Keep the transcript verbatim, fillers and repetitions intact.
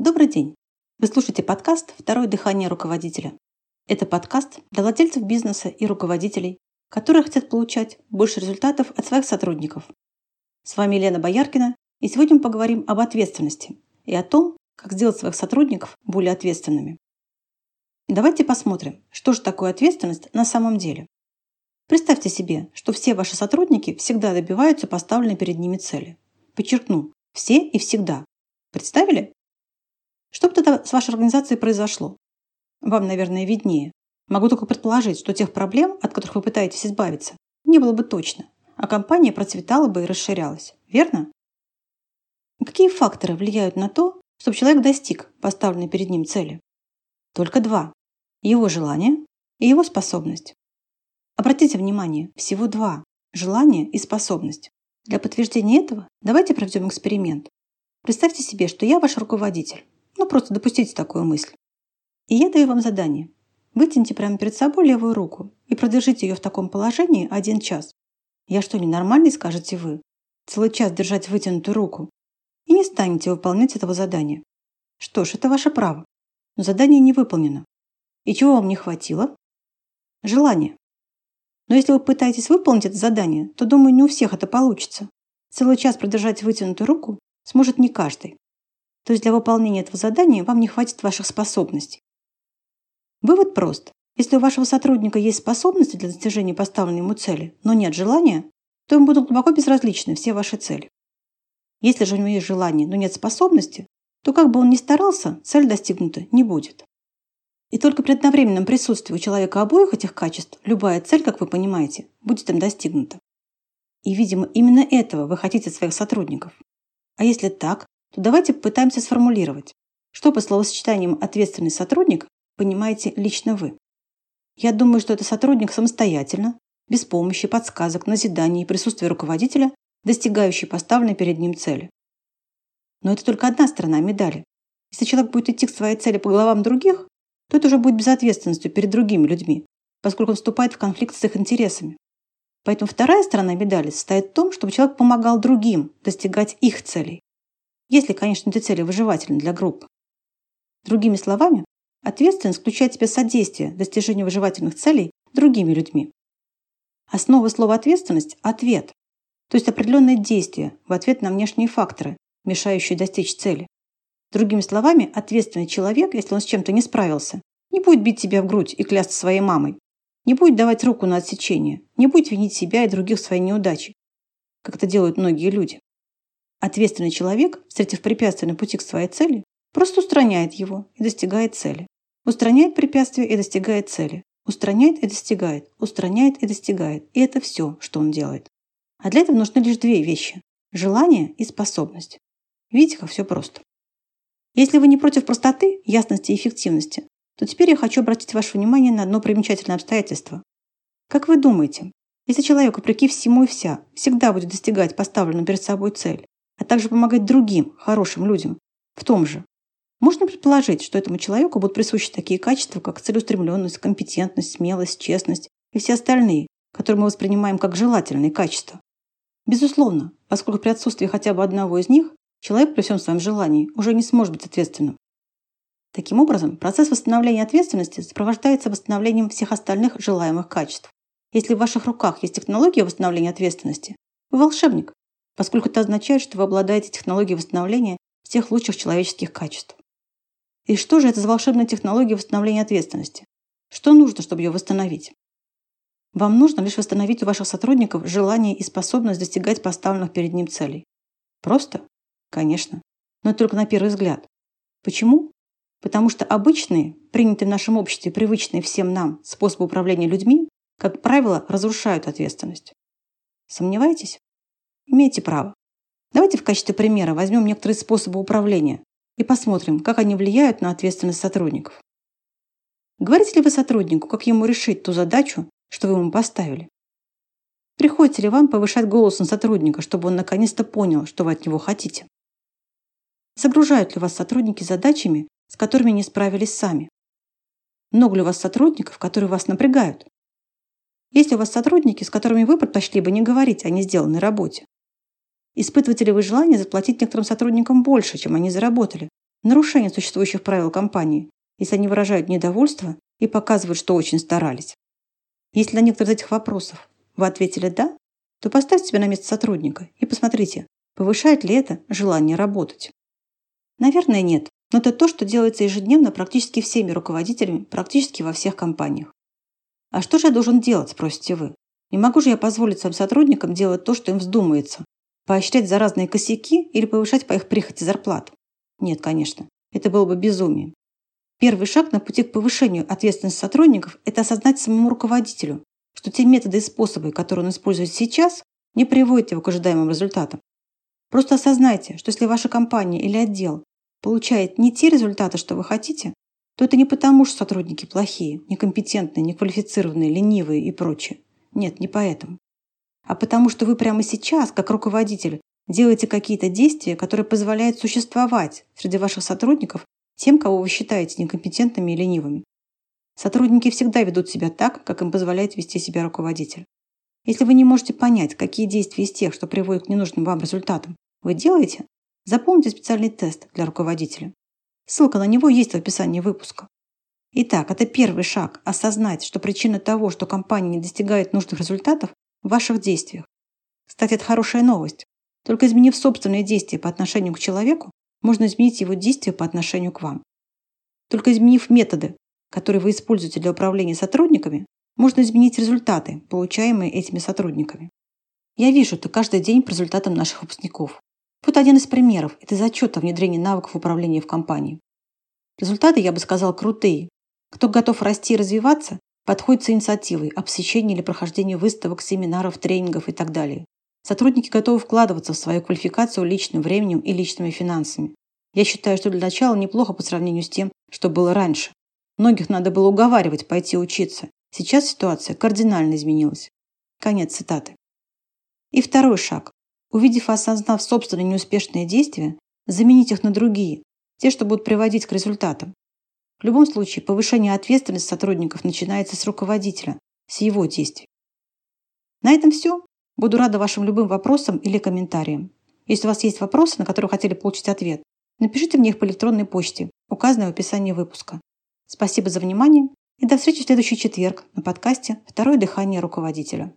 Добрый день! Вы слушаете подкаст «Второе дыхание руководителя». Это подкаст для владельцев бизнеса и руководителей, которые хотят получать больше результатов от своих сотрудников. С вами Елена Бояркина, и сегодня мы поговорим об ответственности и о том, как сделать своих сотрудников более ответственными. Давайте посмотрим, что же такое ответственность на самом деле. Представьте себе, что все ваши сотрудники всегда добиваются поставленной перед ними цели. Подчеркну, все и всегда. Представили? Что бы тогда с вашей организацией произошло? Вам, наверное, виднее. Могу только предположить, что тех проблем, от которых вы пытаетесь избавиться, не было бы точно, а компания процветала бы и расширялась. Верно? Какие факторы влияют на то, чтобы человек достиг поставленной перед ним цели? Только два. Его желание и его способность. Обратите внимание, всего два. Желание и способность. Для подтверждения этого давайте проведем эксперимент. Представьте себе, что я ваш руководитель. Ну, просто допустите такую мысль. И я даю вам задание. Вытяните прямо перед собой левую руку и продержите ее в таком положении один час. Я что, ненормальный, скажете вы? Целый час держать вытянутую руку. И не станете выполнять этого задания. Что ж, это ваше право. Но задание не выполнено. И чего вам не хватило? Желания. Но если вы пытаетесь выполнить это задание, то, думаю, не у всех это получится. Целый час продержать вытянутую руку сможет не каждый. То есть для выполнения этого задания вам не хватит ваших способностей. Вывод прост. Если у вашего сотрудника есть способности для достижения поставленной ему цели, но нет желания, то ему будут глубоко безразличны все ваши цели. Если же у него есть желание, но нет способности, то как бы он ни старался, цель достигнута не будет. И только при одновременном присутствии у человека обоих этих качеств любая цель, как вы понимаете, будет им достигнута. И, видимо, именно этого вы хотите от своих сотрудников. А если так, то давайте попытаемся сформулировать, что по словосочетаниям «ответственный сотрудник» понимаете лично вы. Я думаю, что это сотрудник самостоятельно, без помощи, подсказок, назиданий и присутствия руководителя, достигающий поставленной перед ним цели. Но это только одна сторона медали. Если человек будет идти к своей цели по головам других, то это уже будет безответственностью перед другими людьми, поскольку он вступает в конфликт с их интересами. Поэтому вторая сторона медали состоит в том, чтобы человек помогал другим достигать их целей. Если, конечно, эти цели выживательны для группы. Другими словами, ответственность включает в себя содействие достижению выживательных целей другими людьми. Основа слова «ответственность» – ответ, то есть определенное действие в ответ на внешние факторы, мешающие достичь цели. Другими словами, ответственный человек, если он с чем-то не справился, не будет бить себя в грудь и клясться своей мамой, не будет давать руку на отсечение, не будет винить себя и других в своей неудаче, как это делают многие люди. Ответственный человек, встретив препятствие на пути к своей цели, просто устраняет его и достигает цели. Устраняет препятствие и достигает цели. Устраняет и достигает. Устраняет и достигает. И это все, что он делает. А для этого нужны лишь две вещи – желание и способность. Видите, как все просто. Если вы не против простоты, ясности и эффективности, то теперь я хочу обратить ваше внимание на одно примечательное обстоятельство. Как вы думаете, если человек, вопреки всему и вся, всегда будет достигать поставленную перед собой цель, а также помогать другим, хорошим людям, в том же, можно предположить, что этому человеку будут присущи такие качества, как целеустремленность, компетентность, смелость, честность и все остальные, которые мы воспринимаем как желательные качества. Безусловно, поскольку при отсутствии хотя бы одного из них, человек при всем своем желании уже не сможет быть ответственным. Таким образом, процесс восстановления ответственности сопровождается восстановлением всех остальных желаемых качеств. Если в ваших руках есть технология восстановления ответственности, вы волшебник, поскольку это означает, что вы обладаете технологией восстановления всех лучших человеческих качеств. И что же это за волшебная технология восстановления ответственности? Что нужно, чтобы ее восстановить? Вам нужно лишь восстановить у ваших сотрудников желание и способность достигать поставленных перед ним целей. Просто? Конечно. Но только на первый взгляд. Почему? Потому что обычные, принятые в нашем обществе, привычные всем нам способы управления людьми, как правило, разрушают ответственность. Сомневаетесь? Имеете право. Давайте в качестве примера возьмем некоторые способы управления и посмотрим, как они влияют на ответственность сотрудников. Говорите ли вы сотруднику, как ему решить ту задачу, что вы ему поставили? Приходится ли вам повышать голос на сотрудника, чтобы он наконец-то понял, что вы от него хотите? Загружают ли вас сотрудники задачами, с которыми не справились сами? Много ли у вас сотрудников, которые вас напрягают? Есть ли у вас сотрудники, с которыми вы предпочли бы не говорить о несделанной работе? Испытываете ли вы желание заплатить некоторым сотрудникам больше, чем они заработали, нарушение существующих правил компании, если они выражают недовольство и показывают, что очень старались. Если на некоторые из этих вопросов вы ответили «да», то поставьте себя на место сотрудника и посмотрите, повышает ли это желание работать. Наверное, нет, но это то, что делается ежедневно практически всеми руководителями, практически во всех компаниях. А что же я должен делать, спросите вы? Не могу же я позволить своим сотрудникам делать то, что им вздумается, поощрять за разные косяки или повышать по их прихоти зарплату? Нет, конечно, это было бы безумием. Первый шаг на пути к повышению ответственности сотрудников – это осознать самому руководителю, что те методы и способы, которые он использует сейчас, не приводят его к ожидаемым результатам. Просто осознайте, что если ваша компания или отдел получает не те результаты, что вы хотите, то это не потому, что сотрудники плохие, некомпетентные, неквалифицированные, ленивые и прочее. Нет, не поэтому. А потому что вы прямо сейчас, как руководитель, делаете какие-то действия, которые позволяют существовать среди ваших сотрудников тем, кого вы считаете некомпетентными и ленивыми. Сотрудники всегда ведут себя так, как им позволяет вести себя руководитель. Если вы не можете понять, какие действия из тех, что приводят к ненужным вам результатам, вы делаете, заполните специальный тест для руководителя. Ссылка на него есть в описании выпуска. Итак, это первый шаг – осознать, что причина того, что компания не достигает нужных результатов, в ваших действиях. Кстати, это хорошая новость. Только изменив собственные действия по отношению к человеку, можно изменить его действия по отношению к вам. Только изменив методы, которые вы используете для управления сотрудниками, можно изменить результаты, получаемые этими сотрудниками. Я вижу это каждый день по результатам наших выпускников. Вот один из примеров – это зачет о внедрении навыков управления в компании. Результаты, я бы сказал, крутые. Кто готов расти и развиваться, подходит с инициативой о посещении или прохождении выставок, семинаров, тренингов и так далее. Сотрудники готовы вкладываться в свою квалификацию личным временем и личными финансами. Я считаю, что для начала неплохо по сравнению с тем, что было раньше. Многих надо было уговаривать пойти учиться. Сейчас ситуация кардинально изменилась. Конец цитаты. И второй шаг. Увидев и осознав собственные неуспешные действия, заменить их на другие, те, что будут приводить к результатам. В любом случае, повышение ответственности сотрудников начинается с руководителя, с его действий. На этом все. Буду рада вашим любым вопросам или комментариям. Если у вас есть вопросы, на которые хотели получить ответ, напишите мне их по электронной почте, указанной в описании выпуска. Спасибо за внимание и до встречи в следующий четверг на подкасте «Второе дыхание руководителя».